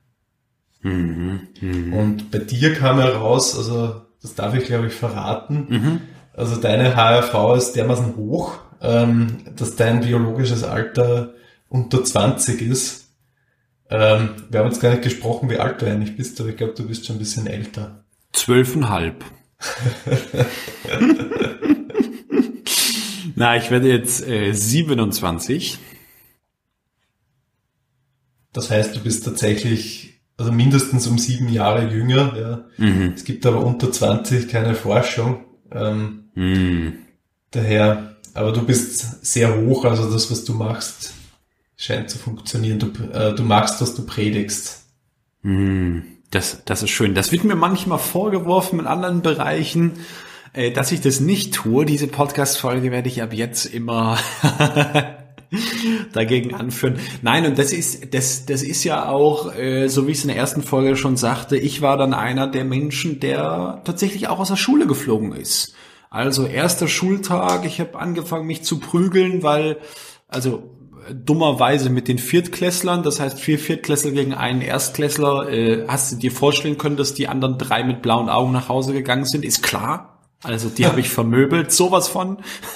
Mhm. Mhm. Und bei dir kam heraus, also das darf ich glaube ich verraten, mhm. also deine H R V ist dermaßen hoch, ähm, dass dein biologisches Alter unter zwanzig ist. Ähm, wir haben jetzt gar nicht gesprochen, wie alt du eigentlich bist, aber ich glaube, du bist schon ein bisschen älter. Zwölfeinhalb. Na, ich werde jetzt äh, siebenundzwanzig. Das heißt, du bist tatsächlich also mindestens um sieben Jahre jünger. Ja. Mhm. Es gibt aber unter zwanzig keine Forschung. Ähm, mhm. Daher... Aber du bist sehr hoch, also das, was du machst, scheint zu funktionieren. Du, äh, du magst, was du predigst. Das, das ist schön. Das wird mir manchmal vorgeworfen in anderen Bereichen, äh, dass ich das nicht tue. Diese Podcast-Folge werde ich ab jetzt immer dagegen anführen. Nein, und das ist, das, das ist ja auch, äh, so wie ich es in der ersten Folge schon sagte, ich war dann einer der Menschen, der tatsächlich auch aus der Schule geflogen ist. Also erster Schultag, ich habe angefangen mich zu prügeln, weil, also dummerweise mit den Viertklässlern, das heißt vier Viertklässler gegen einen Erstklässler, äh, hast du dir vorstellen können, dass die anderen drei mit blauen Augen nach Hause gegangen sind, ist klar. Also die habe ich vermöbelt, sowas von.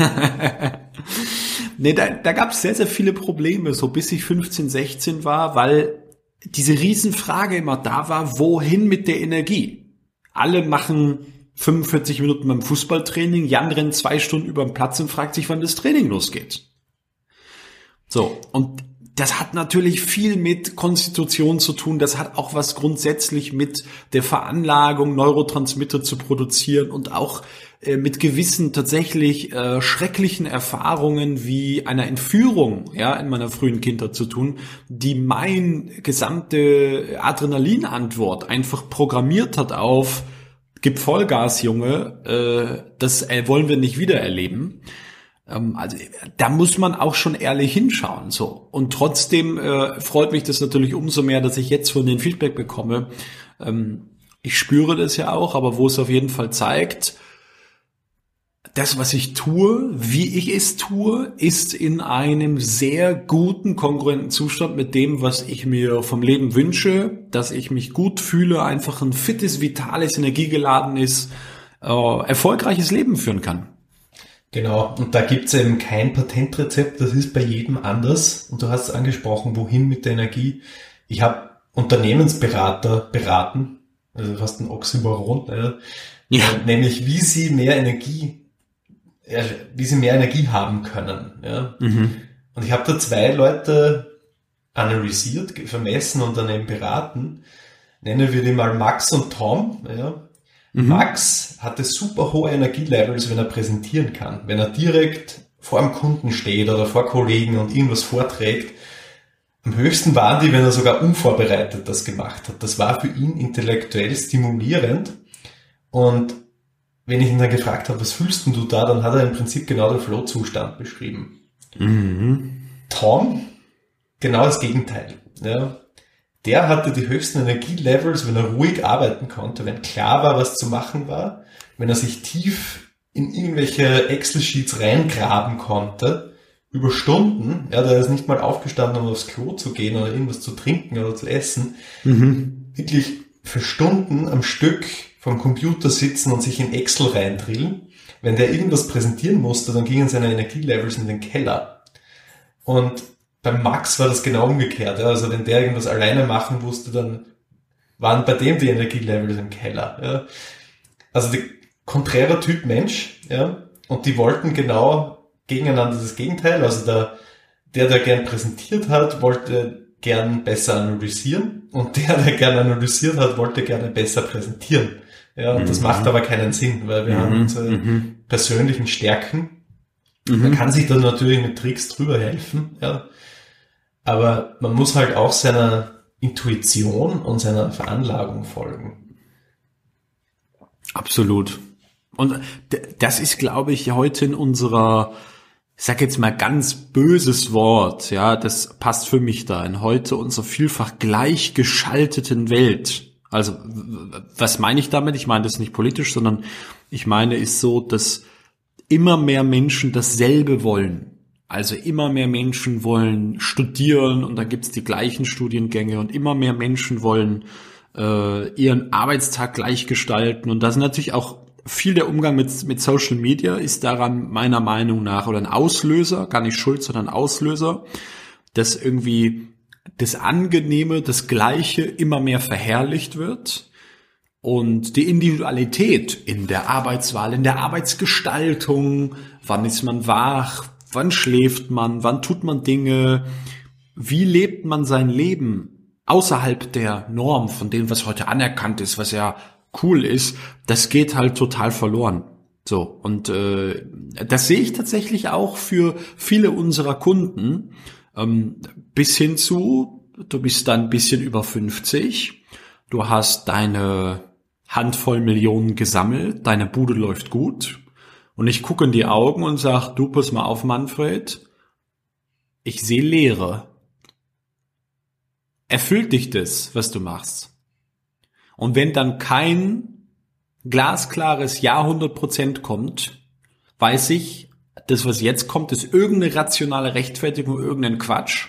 Nee, da, da gab es sehr, sehr viele Probleme, so bis ich fünfzehn, sechzehn war, weil diese Riesenfrage immer da war, wohin mit der Energie? Alle machen fünfundvierzig Minuten beim Fußballtraining, Jan rennt zwei Stunden über den Platz und fragt sich, wann das Training losgeht. So, und das hat natürlich viel mit Konstitution zu tun, das hat auch was grundsätzlich mit der Veranlagung, Neurotransmitter zu produzieren und auch äh, mit gewissen tatsächlich äh, schrecklichen Erfahrungen wie einer Entführung, ja, in meiner frühen Kindheit zu tun, die mein gesamte Adrenalinantwort einfach programmiert hat auf gib Vollgas, Junge, äh, das äh, wollen wir nicht wieder erleben. Ähm, also da muss man auch schon ehrlich hinschauen. So. Und trotzdem äh, freut mich das natürlich umso mehr, dass ich jetzt von den Feedback bekomme. Ähm, ich spüre das ja auch, aber wo es auf jeden Fall zeigt, das, was ich tue, wie ich es tue, ist in einem sehr guten, kongruenten Zustand mit dem, was ich mir vom Leben wünsche, dass ich mich gut fühle, einfach ein fittes, vitales, energiegeladenes, äh, erfolgreiches Leben führen kann. Genau, und da gibt's eben kein Patentrezept, das ist bei jedem anders. Und du hast es angesprochen, wohin mit der Energie. Ich habe Unternehmensberater beraten, also fast ein Oxymoron, äh, ja. nämlich wie sie mehr Energie wie sie mehr Energie haben können. Ja. Mhm. Und ich habe da zwei Leute analysiert, vermessen und dann eben beraten. Nennen wir die mal Max und Tom. Ja. Mhm. Max hatte super hohe Energielevels, wenn er präsentieren kann. Wenn er direkt vor dem Kunden steht oder vor Kollegen und irgendwas vorträgt, am höchsten waren die, wenn er sogar unvorbereitet das gemacht hat. Das war für ihn intellektuell stimulierend. Und wenn ich ihn dann gefragt habe, was fühlst denn du da, dann hat er im Prinzip genau den Flow-Zustand beschrieben. Mhm. Tom, genau das Gegenteil. Ja. Der hatte die höchsten Energielevels, wenn er ruhig arbeiten konnte, wenn klar war, was zu machen war, wenn er sich tief in irgendwelche Excel-Sheets reingraben konnte, über Stunden, ja, der ist nicht mal aufgestanden, um aufs Klo zu gehen oder irgendwas zu trinken oder zu essen, mhm. wirklich für Stunden am Stück vom Computer sitzen und sich in Excel reindrillen. Wenn der irgendwas präsentieren musste, dann gingen seine Energielevels in den Keller. Und beim Max war das genau umgekehrt. Ja. Also wenn der irgendwas alleine machen musste, dann waren bei dem die Energielevels im Keller. Ja. Also der konträre Typ Mensch, ja, und die wollten genau gegeneinander das Gegenteil. Also der, der, der gern präsentiert hat, wollte gern besser analysieren und der, der gern analysiert hat, wollte gerne besser präsentieren. Ja, und mhm. das macht aber keinen Sinn, weil wir mhm. haben unsere mhm. persönlichen Stärken. Mhm. Man kann sich dann natürlich mit Tricks drüber helfen, ja. Aber man muss halt auch seiner Intuition und seiner Veranlagung folgen. Absolut. Und das ist, glaube ich, heute in unserer, ich sag jetzt mal ganz böses Wort, ja, das passt für mich da, in heute unserer vielfach gleichgeschalteten Welt. Also, was meine ich damit? Ich meine das nicht politisch, sondern ich meine ist so, dass immer mehr Menschen dasselbe wollen. Also immer mehr Menschen wollen studieren und da gibt's die gleichen Studiengänge und immer mehr Menschen wollen äh, ihren Arbeitstag gleich gestalten. Und das ist natürlich auch viel der Umgang mit, mit Social Media ist daran meiner Meinung nach oder ein Auslöser, gar nicht schuld, sondern Auslöser, dass irgendwie das Angenehme, das Gleiche immer mehr verherrlicht wird und die Individualität in der Arbeitswahl, in der Arbeitsgestaltung, wann ist man wach, wann schläft man, wann tut man Dinge, wie lebt man sein Leben außerhalb der Norm von dem, was heute anerkannt ist, was ja cool ist, das geht halt total verloren. So, und äh, das sehe ich tatsächlich auch für viele unserer Kunden, ähm, bis hin zu, du bist dann ein bisschen über fünfzig, du hast deine Handvoll Millionen gesammelt, deine Bude läuft gut und ich gucke in die Augen und sag, du, pass mal auf, Manfred, ich sehe Leere. Erfüllt dich das, was du machst? Und wenn dann kein glasklares Ja hundert Prozent kommt, weiß ich, das, was jetzt kommt, ist irgendeine rationale Rechtfertigung, irgendein Quatsch,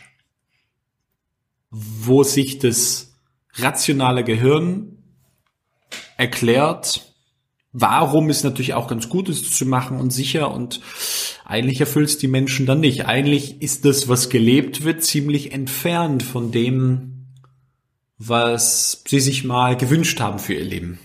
wo sich das rationale Gehirn erklärt, warum es natürlich auch ganz gut ist, das zu machen und sicher, und eigentlich erfüllt es die Menschen dann nicht. Eigentlich ist das, was gelebt wird, ziemlich entfernt von dem, was sie sich mal gewünscht haben für ihr Leben.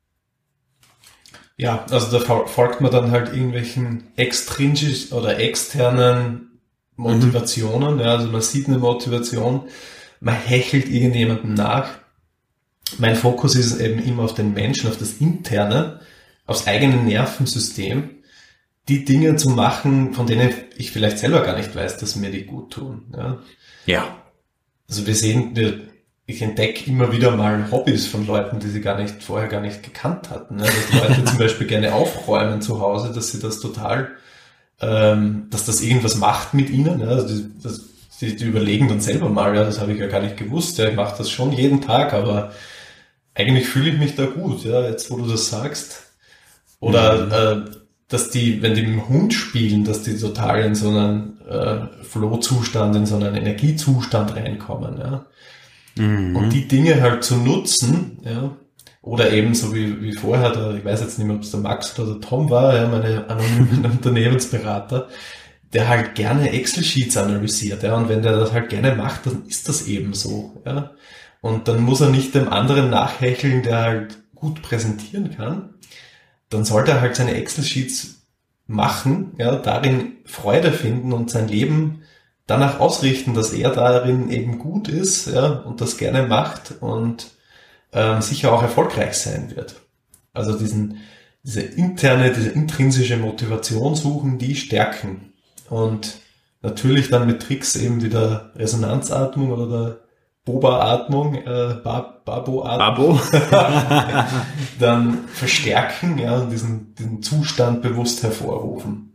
Ja, also da folgt man dann halt irgendwelchen extrinsisch oder externen Motivationen. Mhm. Ja, also man sieht eine Motivation, man hechelt irgendjemandem nach. Mein Fokus ist eben immer auf den Menschen, auf das Interne, aufs eigene Nervensystem, die Dinge zu machen, von denen ich vielleicht selber gar nicht weiß, dass mir die gut tun. Ja. Ja. Also wir sehen, wir ich entdecke immer wieder mal Hobbys von Leuten, die sie gar nicht vorher gar nicht gekannt hatten. Ne? Dass Leute zum Beispiel gerne aufräumen zu Hause, dass sie das total, ähm, dass das irgendwas macht mit ihnen. Ja? Also die, das, die, die überlegen dann selber mal, ja, das habe ich ja gar nicht gewusst. Ja, ich mache das schon jeden Tag, aber eigentlich fühle ich mich da gut, ja, jetzt wo du das sagst. Oder mhm. äh, dass die, wenn die mit dem Hund spielen, dass die total in so einen äh, Flow-Zustand, in so einen Energiezustand reinkommen, ja. Mhm. Und die Dinge halt zu nutzen, ja, oder eben so wie, wie vorher, der, ich weiß jetzt nicht mehr, ob es der Max oder der Tom war, ja, meine anonymen Unternehmensberater, der halt gerne Excel-Sheets analysiert, ja, und wenn der das halt gerne macht, dann ist das eben so, ja. Und dann muss er nicht dem anderen nachhecheln, der halt gut präsentieren kann, dann sollte er halt seine Excel-Sheets machen, ja, darin Freude finden und sein Leben danach ausrichten, dass er darin eben gut ist, ja, und das gerne macht und ähm, sicher auch erfolgreich sein wird. Also diesen, diese interne, diese intrinsische Motivation suchen, die stärken. Und Natürlich dann mit Tricks eben wie der Resonanzatmung oder der Boba-Atmung, äh, Babo-Atmung, Babo. dann verstärken, ja, und diesen, diesen Zustand bewusst hervorrufen.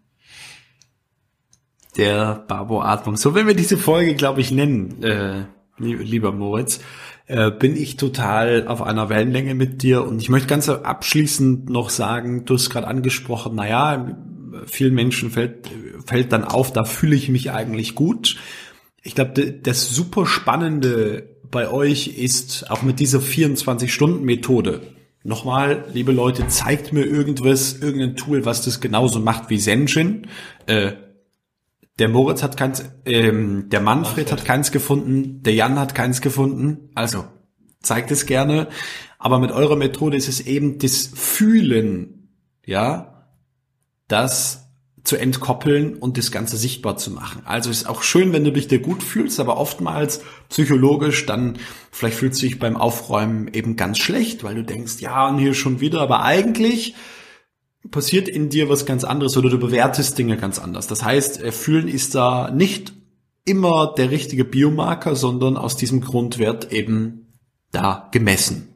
Der Babo-Atmung. So, wenn wir diese Folge, glaube ich, nennen, äh, lieber Moritz, äh, bin ich total auf einer Wellenlänge mit dir. Und ich möchte ganz abschließend noch sagen, du hast gerade angesprochen, naja, vielen Menschen fällt, fällt dann auf, da fühle ich mich eigentlich gut. Ich glaube, das super Spannende bei euch ist, auch mit dieser vierundzwanzig-Stunden-Methode, nochmal, liebe Leute, zeigt mir irgendwas, irgendein Tool, was das genauso macht wie Zenshin. Äh, der Moritz hat keins, ähm, der Manfred, Manfred hat keins gefunden, der Jan hat keins gefunden. Also, zeigt es gerne. Aber mit eurer Methode ist es eben das Fühlen, ja, das zu entkoppeln und das Ganze sichtbar zu machen. Also ist auch schön, wenn du dich da gut fühlst, aber oftmals psychologisch dann, vielleicht fühlst du dich beim Aufräumen eben ganz schlecht, weil du denkst, ja, und hier schon wieder, aber eigentlich passiert in dir was ganz anderes oder du bewertest Dinge ganz anders. Das heißt, Fühlen ist da nicht immer der richtige Biomarker, sondern aus diesem Grund wird eben da gemessen.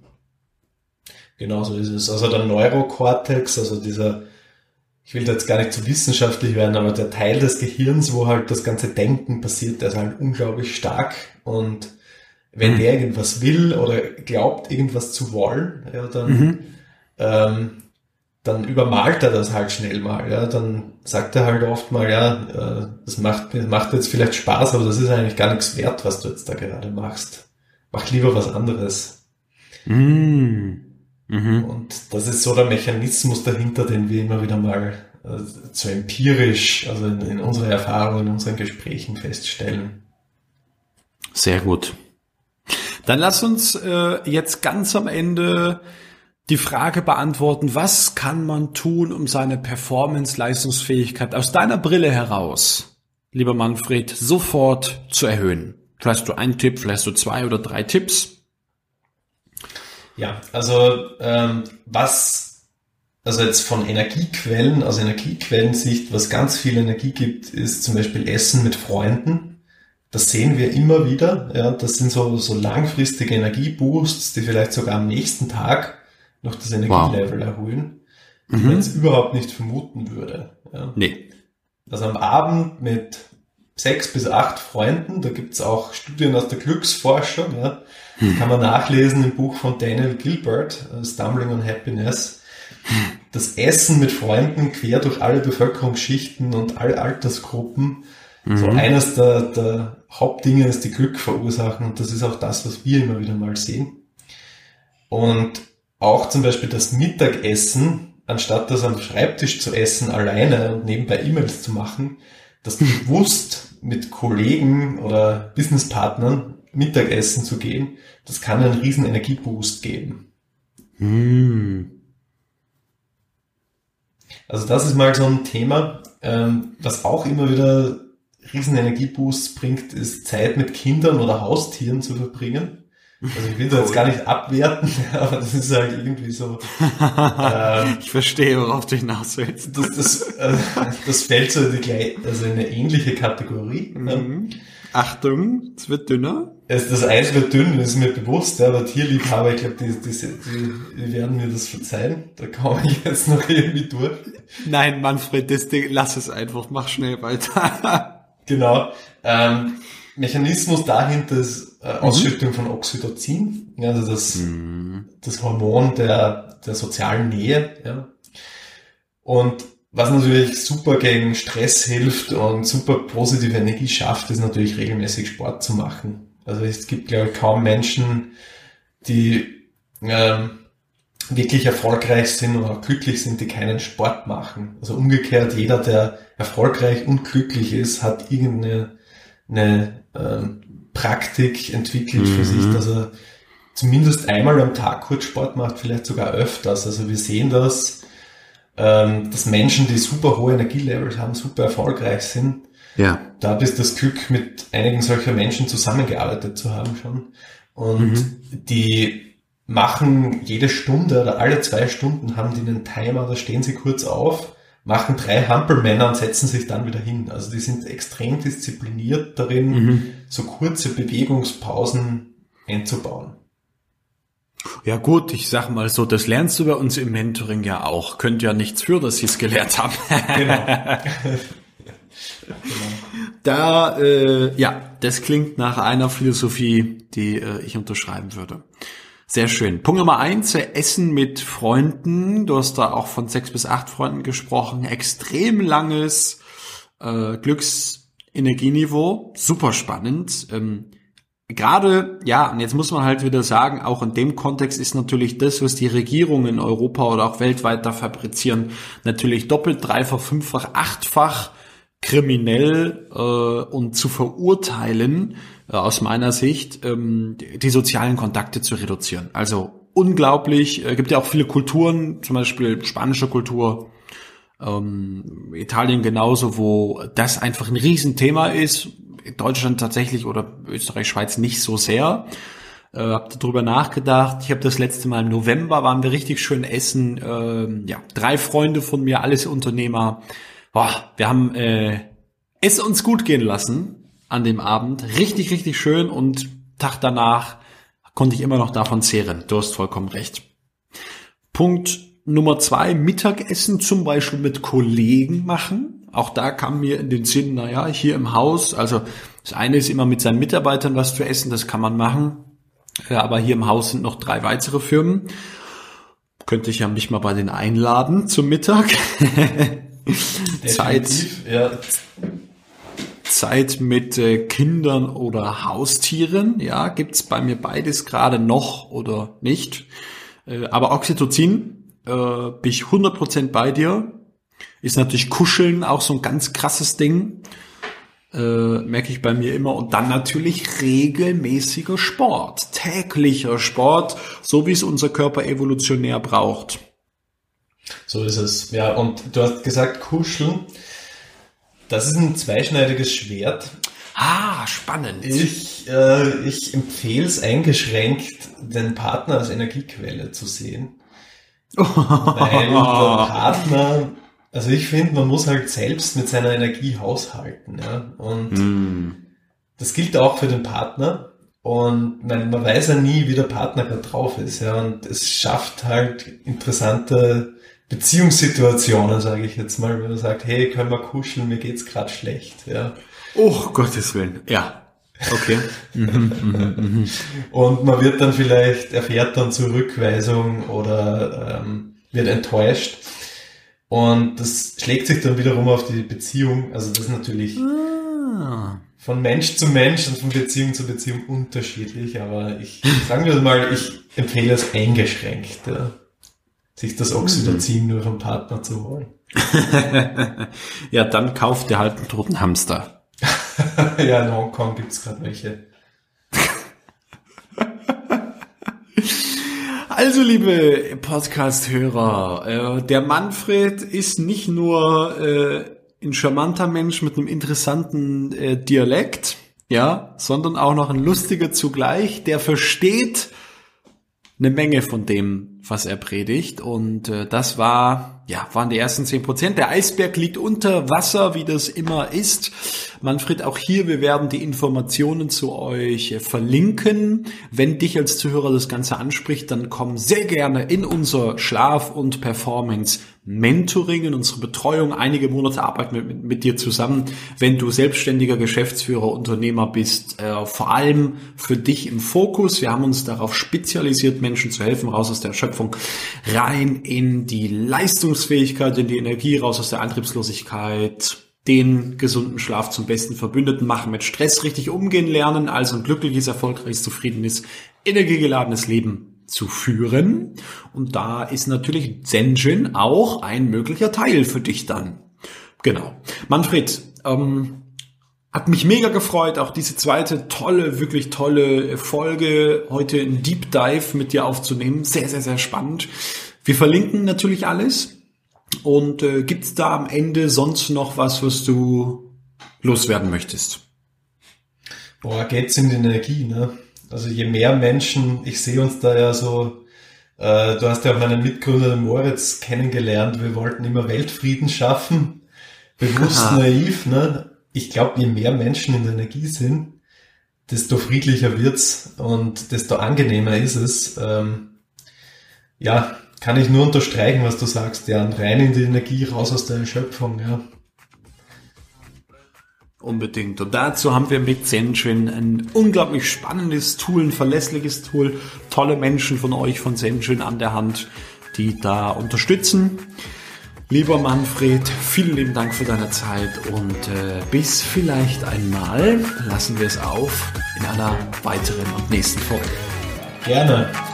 Genau so ist es. Also der Neurokortex, also dieser, ich will da jetzt gar nicht zu wissenschaftlich werden, aber der Teil des Gehirns, wo halt das ganze Denken passiert, der ist halt unglaublich stark. Und wenn mhm. der irgendwas will oder glaubt, irgendwas zu wollen, ja, dann, mhm. ähm, dann übermalt er das halt schnell mal. Ja, dann sagt er halt oft mal, ja, äh, das macht, macht jetzt vielleicht Spaß, aber das ist eigentlich gar nichts wert, was du jetzt da gerade machst. Mach lieber was anderes. Mhm. Mhm. Und das ist so der Mechanismus dahinter, den wir immer wieder mal äh, so empirisch, also in, in unserer Erfahrung, in unseren Gesprächen feststellen. Sehr gut. Dann lass uns äh, jetzt ganz am Ende die Frage beantworten, was kann man tun, um seine Performance-Leistungsfähigkeit aus deiner Brille heraus, lieber Manfred, sofort zu erhöhen? Vielleicht hast du einen Tipp, vielleicht hast du zwei oder drei Tipps. Ja, also ähm, was, also jetzt von Energiequellen, aus Energiequellensicht, was ganz viel Energie gibt, ist zum Beispiel Essen mit Freunden. Das sehen wir immer wieder. Ja, das sind so so langfristige Energieboosts, die vielleicht sogar am nächsten Tag noch das Energielevel wow. erhöhen, die mhm. man jetzt überhaupt nicht vermuten würde. Ja. Nee. Also am Abend mit sechs bis acht Freunden, da gibt's auch Studien aus der Glücksforschung, ja. Hm. Kann man nachlesen im Buch von Daniel Gilbert, Stumbling on Happiness. Das Essen mit Freunden quer durch alle Bevölkerungsschichten und alle Altersgruppen. Mhm. So eines der, der Hauptdinge ist, die Glück verursachen, und das ist auch das, was wir immer wieder mal sehen. Und auch zum Beispiel das Mittagessen, anstatt das am Schreibtisch zu essen alleine und nebenbei E-Mails zu machen, das bewusst mit Kollegen oder Businesspartnern Mittagessen zu gehen, das kann einen riesen Energieboost geben. Mm. Also das ist mal so ein Thema, ähm, was auch immer wieder riesen Energieboosts bringt, ist Zeit mit Kindern oder Haustieren zu verbringen. Also ich will da jetzt gar nicht abwerten, aber das ist halt irgendwie so. Ähm, ich verstehe, worauf du hinaus willst. Das, das, äh, das fällt so in, die, also in eine ähnliche Kategorie. Mhm. Achtung, es wird dünner. Es, das Eis wird dünn, das ist mir bewusst, ja, aber Tierliebhaber, ich glaube, die, die, die, die werden mir das verzeihen. Da komme ich jetzt noch irgendwie durch. Nein, Manfred, das Ding, lass es einfach, mach schnell weiter. Genau. Ähm, Mechanismus dahinter ist äh, Ausschüttung mhm. von Oxytocin, ja, also das, mhm. das Hormon der, der sozialen Nähe. Ja. Und was natürlich super gegen Stress hilft und super positive Energie schafft, ist natürlich regelmäßig Sport zu machen. Also es gibt, glaube ich, kaum Menschen, die ähm, wirklich erfolgreich sind oder auch glücklich sind, die keinen Sport machen. Also umgekehrt, jeder, der erfolgreich und glücklich ist, hat irgendeine eine, ähm, Praktik entwickelt mhm. für sich, dass er zumindest einmal am Tag kurz Sport macht, vielleicht sogar öfters. Also wir sehen das, ähm, dass Menschen, die super hohe Energielevels haben, super erfolgreich sind. Ja. Da habe ich das Glück, mit einigen solcher Menschen zusammengearbeitet zu haben schon. Und mhm. die machen jede Stunde oder alle zwei Stunden haben die einen Timer, da stehen sie kurz auf, machen drei Hampelmänner und setzen sich dann wieder hin. Also die sind extrem diszipliniert darin, mhm. so kurze Bewegungspausen einzubauen. Ja gut, ich sag mal so, das lernst du bei uns im Mentoring ja auch. Könnt ja nichts für, dass sie es gelernt haben. Genau. Da, äh, ja, das klingt nach einer Philosophie, die äh, ich unterschreiben würde. Sehr schön. Punkt Nummer eins, Essen mit Freunden. Du hast da auch von sechs bis acht Freunden gesprochen. Extrem langes äh, Glücksenergieniveau. Super spannend. Ähm, Gerade, ja, und jetzt muss man halt wieder sagen, auch in dem Kontext ist natürlich das, was die Regierungen in Europa oder auch weltweit da fabrizieren, natürlich doppelt, dreifach, fünffach, achtfach kriminell äh, und zu verurteilen, äh, aus meiner Sicht, ähm, die sozialen Kontakte zu reduzieren. Also unglaublich, äh, gibt ja auch viele Kulturen, zum Beispiel spanische Kultur, ähm, Italien genauso, wo das einfach ein Riesenthema ist. Deutschland tatsächlich oder Österreich, Schweiz nicht so sehr. Äh, hab darüber nachgedacht. Ich habe das letzte Mal im November, waren wir richtig schön essen. Äh, ja, drei Freunde von mir, alles Unternehmer. Boah, wir haben äh, es uns gut gehen lassen an dem Abend. Richtig, richtig schön und Tag danach konnte ich immer noch davon zehren. Du hast vollkommen recht. Punkt Nummer zwei, Mittagessen zum Beispiel mit Kollegen machen. Auch da kam mir in den Sinn, naja, hier im Haus, also das eine ist immer mit seinen Mitarbeitern was zu essen, das kann man machen. Ja, aber hier im Haus sind noch drei weitere Firmen. Könnte ich ja mich mal bei denen einladen zum Mittag. Zeit, ja. Zeit mit äh, Kindern oder Haustieren, ja, gibt's bei mir beides gerade noch oder nicht. Äh, aber Oxytocin, äh, bin ich hundert Prozent bei dir. Ist natürlich Kuscheln auch so ein ganz krasses Ding. Äh, merke ich bei mir immer. Und dann natürlich regelmäßiger Sport, täglicher Sport, so wie es unser Körper evolutionär braucht. So ist es, ja. Und du hast gesagt, Kuscheln, das ist ein zweischneidiges Schwert. Ah, spannend. Ich, äh, ich empfehle es eingeschränkt, den Partner als Energiequelle zu sehen. Weil der Partner, also ich finde, man muss halt selbst mit seiner Energie haushalten. Ja? Und mm. das gilt auch für den Partner. Und man, man weiß ja nie, wie der Partner gerade drauf ist. Ja? Und es schafft halt interessante Beziehungssituationen, sage ich jetzt mal, wenn man sagt, hey, können wir kuscheln, mir geht's gerade schlecht. Ja. Oh, Gottes Willen, ja. Okay. mhm, mhm, mhm. Und man wird dann vielleicht, erfährt dann Zurückweisung oder ähm, wird enttäuscht. Und das schlägt sich dann wiederum auf die Beziehung. Also das ist natürlich ah. von Mensch zu Mensch und von Beziehung zu Beziehung unterschiedlich. Aber ich, sagen wir mal, ich empfehle es eingeschränkt, ja, sich das Oxytocin nur vom Partner zu holen. Ja, dann kauft ihr halt einen toten Hamster. Ja, in Hongkong gibt's gerade welche. Also, liebe Podcast-Hörer, äh, der Manfred ist nicht nur äh, ein charmanter Mensch mit einem interessanten äh, Dialekt, ja, sondern auch noch ein lustiger zugleich, der versteht eine Menge von dem, was er predigt. Und äh, das war, ja, waren die ersten zehn Prozent. Der Eisberg liegt unter Wasser, wie das immer ist. Manfred, auch hier, wir werden die Informationen zu euch verlinken. Wenn dich als Zuhörer das Ganze anspricht, dann komm sehr gerne in unser Schlaf- und Performance-Mentoring, in unsere Betreuung. Einige Monate arbeiten wir mit, mit dir zusammen. Wenn du selbstständiger Geschäftsführer, Unternehmer bist, äh, vor allem für dich im Fokus. Wir haben uns darauf spezialisiert, Menschen zu helfen, raus aus der Erschöpfung, rein in die Leistungsfähigkeit, in die Energie, raus aus der Antriebslosigkeit, den gesunden Schlaf zum besten Verbündeten machen, mit Stress richtig umgehen lernen, also ein glückliches, erfolgreiches, zufriedenes, energiegeladenes Leben zu führen. Und da ist natürlich Zenjin auch ein möglicher Teil für dich dann. Genau. Manfred, ähm, hat mich mega gefreut, auch diese zweite tolle, wirklich tolle Folge heute in Deep Dive mit dir aufzunehmen. Sehr, sehr, sehr spannend. Wir verlinken natürlich alles. Und äh, gibt's da am Ende sonst noch was, was du loswerden möchtest? Boah, geht's in die Energie, ne? Also je mehr Menschen, ich sehe uns da ja so Äh, du hast ja auch meinen Mitgründer Moritz kennengelernt. Wir wollten immer Weltfrieden schaffen. Bewusst Aha. naiv, ne? Ich glaube, je mehr Menschen in der Energie sind, desto friedlicher wird's und desto angenehmer ist es. Ähm, ja, kann ich nur unterstreichen, was du sagst, Jan. Rein in die Energie, raus aus der Erschöpfung, ja. Unbedingt. Und dazu haben wir mit Zenschön ein unglaublich spannendes Tool, ein verlässliches Tool, tolle Menschen von euch von Zenschön an der Hand, die da unterstützen. Lieber Manfred, vielen lieben Dank für deine Zeit und äh, bis vielleicht einmal, lassen wir es auf, in einer weiteren und nächsten Folge. Gerne.